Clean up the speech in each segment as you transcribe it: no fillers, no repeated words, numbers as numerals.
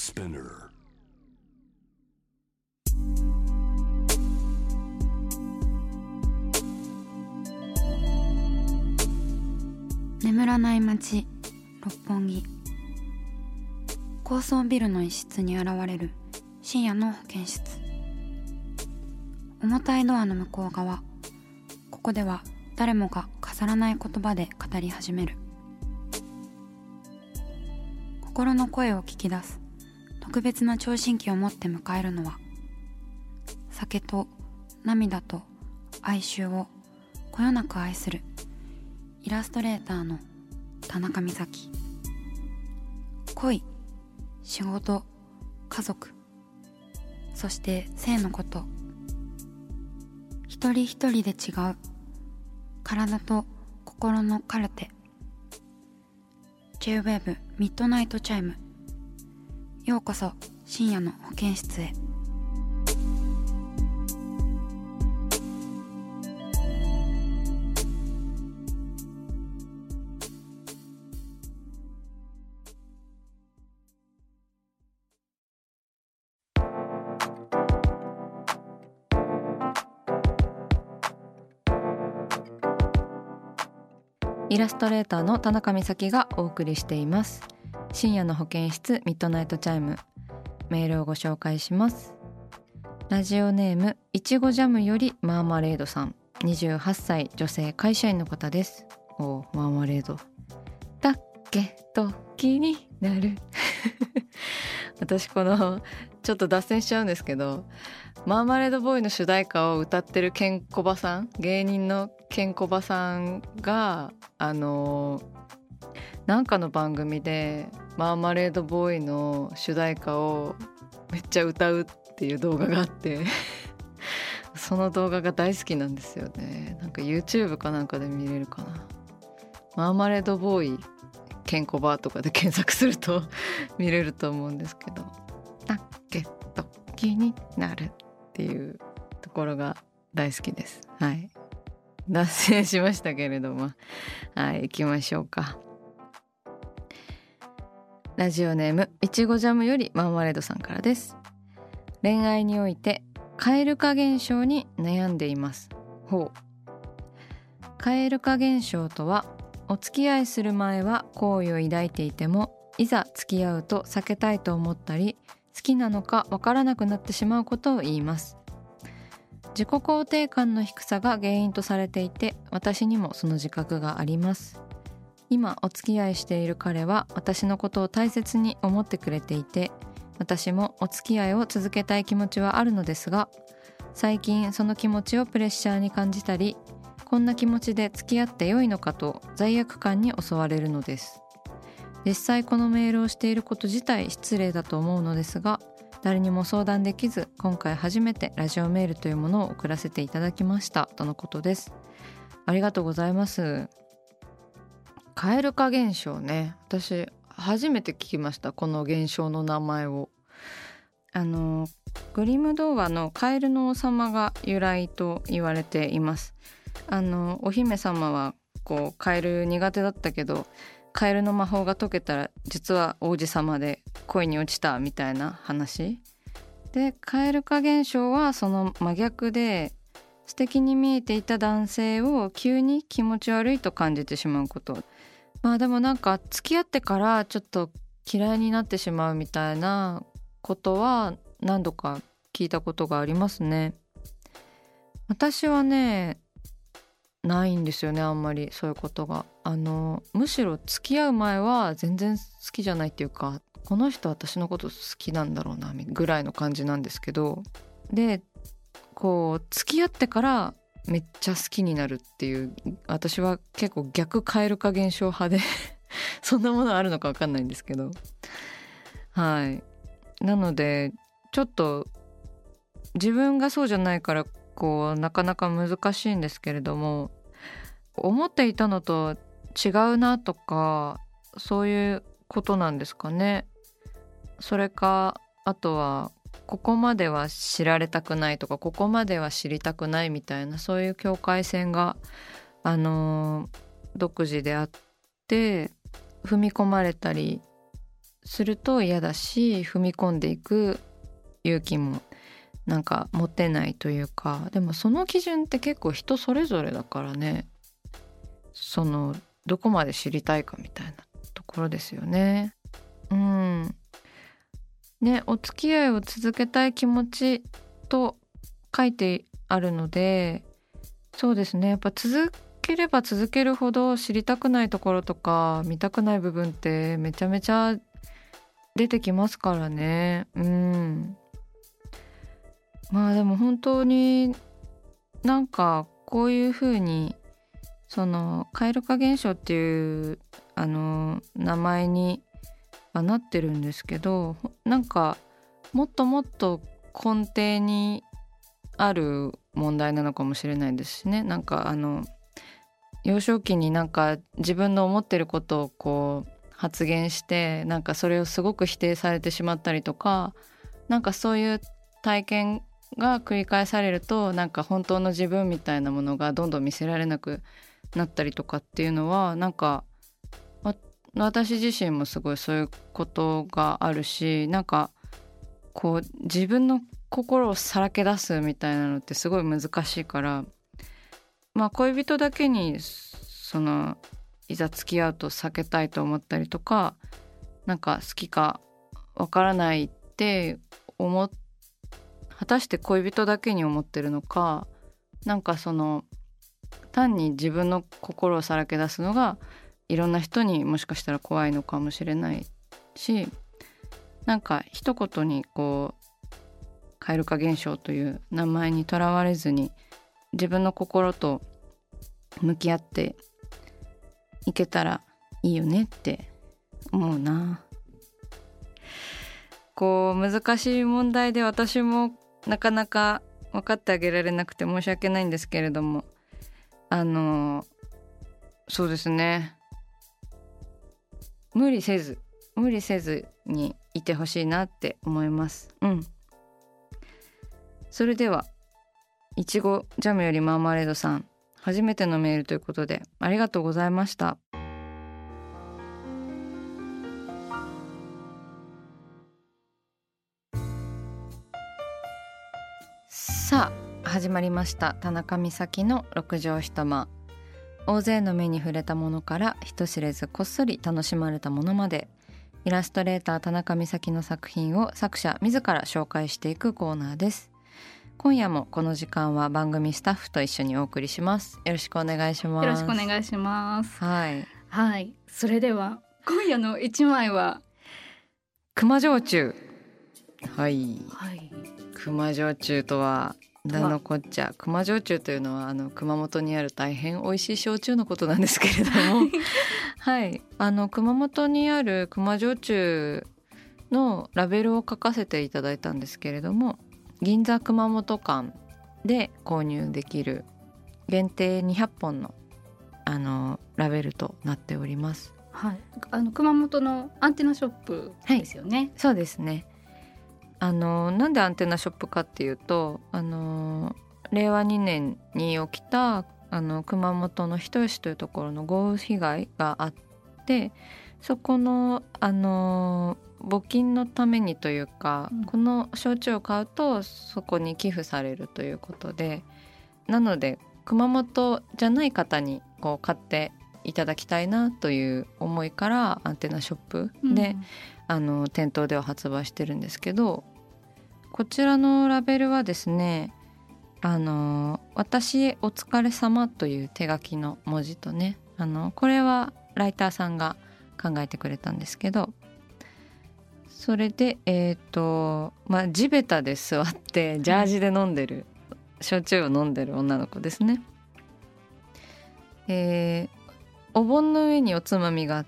Spinner. 眠らない街六本木。高層ビルの一室に現れる深夜の保健室。重たいドアの向こう側、ここでは誰もが飾らない言葉で語り始める。心の声を聞き出す特別な聴診器を持って迎えるのは、酒と涙と哀愁をこよなく愛するイラストレーターの田中美咲。恋、仕事、家族、そして性のこと、一人一人で違う体と心のカルテ。 J-WAVE ミッドナイトチャイム。ようこそ深夜の保健室へ。 イラストレーターの田中美咲がお送りしています深夜の保健室ミッドナイトチャイム。メールをご紹介します。ラジオネームいちごジャムよりマーマレードさん、28歳女性会社員の方です。マーマレードだっけと気になる私このちょっと脱線しちゃうんですけど、マーマレードボーイの主題歌を歌ってるケンコバさん、芸人のケンコバさんがなんかの番組でマーマレードボーイの主題歌をめっちゃ歌うっていう動画があってその動画が大好きなんですよね。なんか YouTube かなんかで見れるかな。マーマレードボーイケンコバとかで検索すると見れると思うんですけど、だけど気になるっていうところが大好きです。はい、脱線しましたけれども、はい、行きましょうか。ラジオネームいちごジャムよりマーマレードさんからです。恋愛において蛙化現象に悩んでいます。蛙化現象とは、お付き合いする前は好意を抱いていても、いざ付き合うと避けたいと思ったり、好きなのかわからなくなってしまうことを言います。自己肯定感の低さが原因とされていて、私にもその自覚があります。今お付き合いしている彼は私のことを大切に思ってくれていて、私もお付き合いを続けたい気持ちはあるのですが、最近その気持ちをプレッシャーに感じたり、こんな気持ちで付き合って良いのかと罪悪感に襲われるのです。実際このメールをしていること自体失礼だと思うのですが、誰にも相談できず、今回初めてラジオメールというものを送らせていただきましたとのことです。ありがとうございます。蛙化現象ね、私初めて聞きました、この現象の名前を。グリム童話のカエルの王様が由来と言われています。お姫様はこうカエル苦手だったけど、カエルの魔法が解けたら実は王子様で恋に落ちたみたいな話で、蛙化現象はその真逆で、素敵に見えていた男性を急に気持ち悪いと感じてしまうこと。でもなんか付き合ってからちょっと嫌いになってしまうみたいなことは何度か聞いたことがありますね。私はね、ないんですよね、あんまりそういうことが。むしろ付き合う前は全然好きじゃないっていうか、この人私のこと好きなんだろうなぐらいの感じなんですけど、でこう付き合ってからめっちゃ好きになるっていう、私は結構逆蛙化現象派でそんなものあるのか分かんないんですけど、はい、なのでちょっと自分がそうじゃないからこうなかなか難しいんですけれども、思っていたのと違うなとか、そういうことなんですかね。それかあとはここまでは知られたくないとか、ここまでは知りたくないみたいな、そういう境界線が独自であって、踏み込まれたりすると嫌だし、踏み込んでいく勇気もなんか持てないというか、でもその基準って結構人それぞれだからね、そのどこまで知りたいかみたいなところですよね。ね、お付き合いを続けたい気持ちと書いてあるので、そうですね、やっぱ続ければ続けるほど知りたくないところとか見たくない部分ってめちゃめちゃ出てきますからね。まあでも本当になんかこういう風にその蛙化現象っていう名前にはなってるんですけど、なんかもっともっと根底にある問題なのかもしれないですしね。なんか幼少期になんか自分の思ってることをこう発言して、なんかそれをすごく否定されてしまったりとか、なんかそういう体験が繰り返されると、なんか本当の自分みたいなものがどんどん見せられなくなったりとかっていうのは、なんか私自身もすごいそういうことがあるし、なんかこう自分の心をさらけ出すみたいなのってすごい難しいから、まあ恋人だけにそのいざ付き合うと避けたいと思ったりとか、なんか好きかわからないって果たして恋人だけに思ってるのか、なんかその単に自分の心をさらけ出すのがいろんな人にもしかしたら怖いのかもしれないし、なんか一言にこう蛙化現象という名前にとらわれずに自分の心と向き合っていけたらいいよねって思うな。こう難しい問題で私もなかなか分かってあげられなくて申し訳ないんですけれども、そうですね、無理せずにいてほしいなって思います。それではいちごジャムよりマーマレードさん、初めてのメールということでありがとうございました。さあ始まりました、田中美咲の六畳一間。大勢の目に触れたものから人知れずこっそり楽しまれたものまで、イラストレーター田中美咲の作品を作者自ら紹介していくコーナーです。今夜もこの時間は番組スタッフと一緒にお送りします。よろしくお願いします。 よろしくお願いします。 はいはい、それでは今夜の一枚は熊焼酎。はい、 はい、 熊焼酎とは何のこっちゃ。熊焼酎というのは熊本にある大変美味しい焼酎のことなんですけれどもはい、熊本にある熊焼酎のラベルを書かせていただいたんですけれども、銀座熊本館で購入できる限定200本のラベルとなっております。 はい、熊本のアンテナショップですよね。はい、 そうですね。なんでアンテナショップかっていうと、令和2年に起きた熊本の人吉というところの豪雨被害があって、そこの募金のためにというか、この焼酎を買うとそこに寄付されるということで、なので熊本じゃない方にこう買っていただきたいなという思いからアンテナショップで、店頭では発売してるんですけど、こちらのラベルはですね、私へお疲れ様という手書きの文字とね、これはライターさんが考えてくれたんですけど、それで地べたで座ってジャージで飲んでる、焼酎を飲んでる女の子ですね。お盆の上におつまみがあって、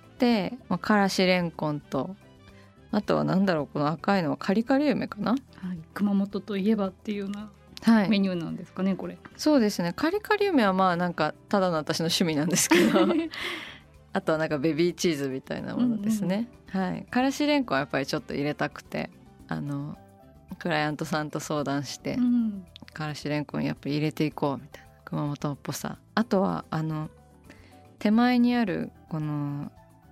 からしれんこんと、あとはなんだろう、この赤いのはカリカリ梅かな。 はい、熊本といえばっていうようなメニューなんですかね、これ。 そうですね、カリカリ梅はまあなんかただの私の趣味なんですけどあとはなんかベビーチーズみたいなものですね。はい、からしれんこんはやっぱりちょっと入れたくて、クライアントさんと相談して、からしれんこんやっぱり入れていこうみたいな熊本っぽさ。あとは手前にあるこの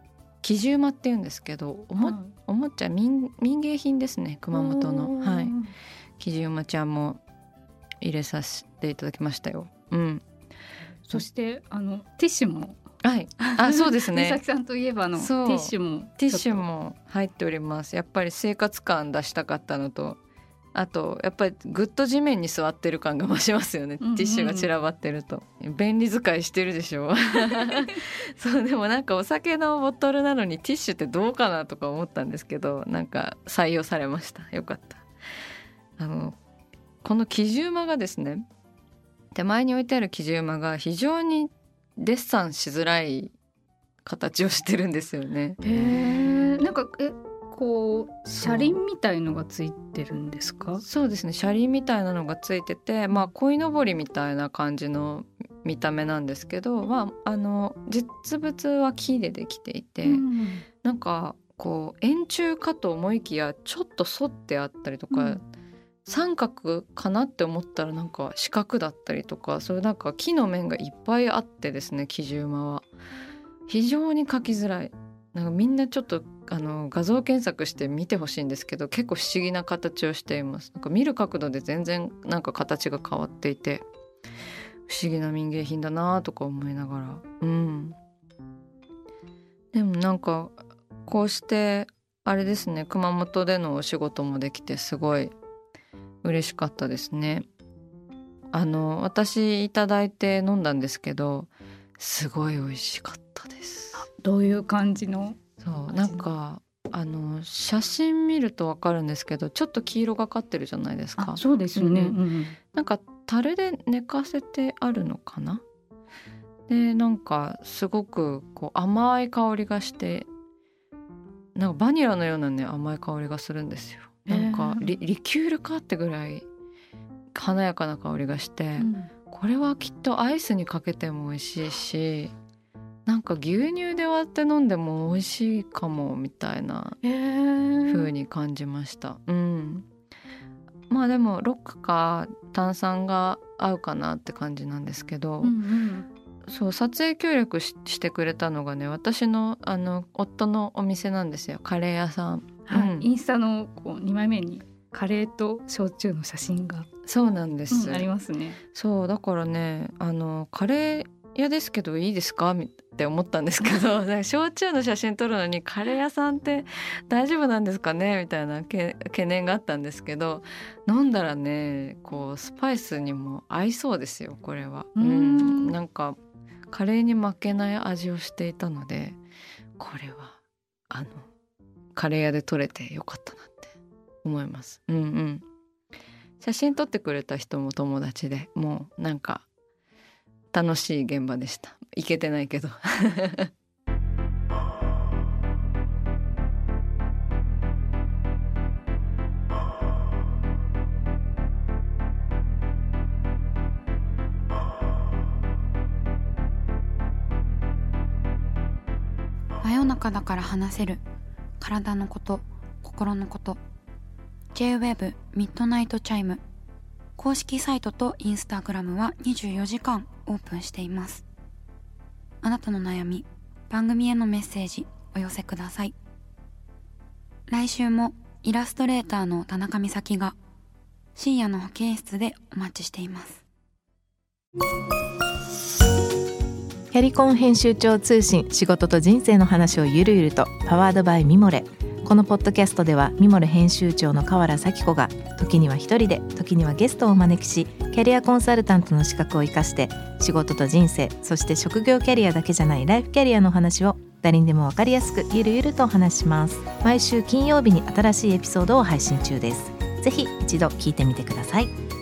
生地馬っていうんですけど、おもちゃ民芸品ですね、熊本の。はい、生地馬ちゃんも入れさせていただきましたよ。 そしてティッシュも、 はい、そうですね。 美咲さんといえばティッシュも入っております。やっぱり生活感出したかったのと、あとやっぱりぐっと地面に座ってる感が増しますよね、ティッシュが散らばってると。便利使いしてるでしょそう、でもなんかお酒のボトルなのにティッシュってどうかなとか思ったんですけど、なんか採用されました。よかった。この生地馬がですね、手前に置いてある生地馬が非常にデッサンしづらい形をしてるんですよね。 なんかこう車輪みたいのがついてるんですか？ そうですね、車輪みたいなのがついてて、鯉のぼりみたいな感じの見た目なんですけど、実物は木でできていて、なんかこう円柱かと思いきやちょっと反ってあったりとか、三角かなって思ったらなんか四角だったりとか、そういうなんか木の面がいっぱいあってですね、生地馬は非常に描きづらい。なんかみんなちょっと画像検索して見てほしいんですけど、結構不思議な形をしています。なんか見る角度で全然なんか形が変わっていて、不思議な民芸品だなとか思いながら、でもなんかこうしてあれですね、熊本でのお仕事もできてすごい嬉しかったですね。私いただいて飲んだんですけど、すごい美味しかったです。 どういう感じの？ そう、なんか写真見ると分かるんですけど、ちょっと黄色がかってるじゃないですか。 そうですね、 なんか樽で寝かせてあるのかな。でなんかすごくこう甘い香りがして、なんかバニラのようなね甘い香りがするんですよ。なんかリキュールかってぐらい華やかな香りがして、これはきっとアイスにかけても美味しいし、なんか牛乳で割って飲んでも美味しいかもみたいな風に感じました。でもロックか炭酸が合うかなって感じなんですけど、そう、撮影協力してくれたのがね、私の夫のお店なんですよ。カレー屋さん。 インスタの2枚目にカレーと焼酎の写真が、 そうなんです、 ありますね。 そうだからね、カレー屋ですけどいいですかって思ったんですけど焼酎の写真撮るのにカレー屋さんって大丈夫なんですかねみたいな懸念があったんですけど、飲んだらね、こうスパイスにも合いそうですよ、これは。なんかカレーに負けない味をしていたので、これはカレー屋で撮れてよかったなって思います。写真撮ってくれた人も友達で、もうなんか楽しい現場でした。行けてないけど真夜中だから話せる体のこと、心のこと。 J-WEB ミッドナイトチャイム公式サイトとインスタグラムは24時間オープンしています。あなたの悩み、番組へのメッセージお寄せください。来週もイラストレーターの田中美咲が深夜の保健室でお待ちしています。 キャリコン編集長通信、仕事と人生の話をゆるゆると、パワードバイミモレ。このポッドキャストではミモレ編集長の河原咲子が時には一人で、時にはゲストをお招きし、キャリアコンサルタントの資格を生かして仕事と人生、そして職業キャリアだけじゃないライフキャリアの話を誰にでも分かりやすくゆるゆるとお話します。毎週金曜日に新しいエピソードを配信中です。ぜひ一度聞いてみてください。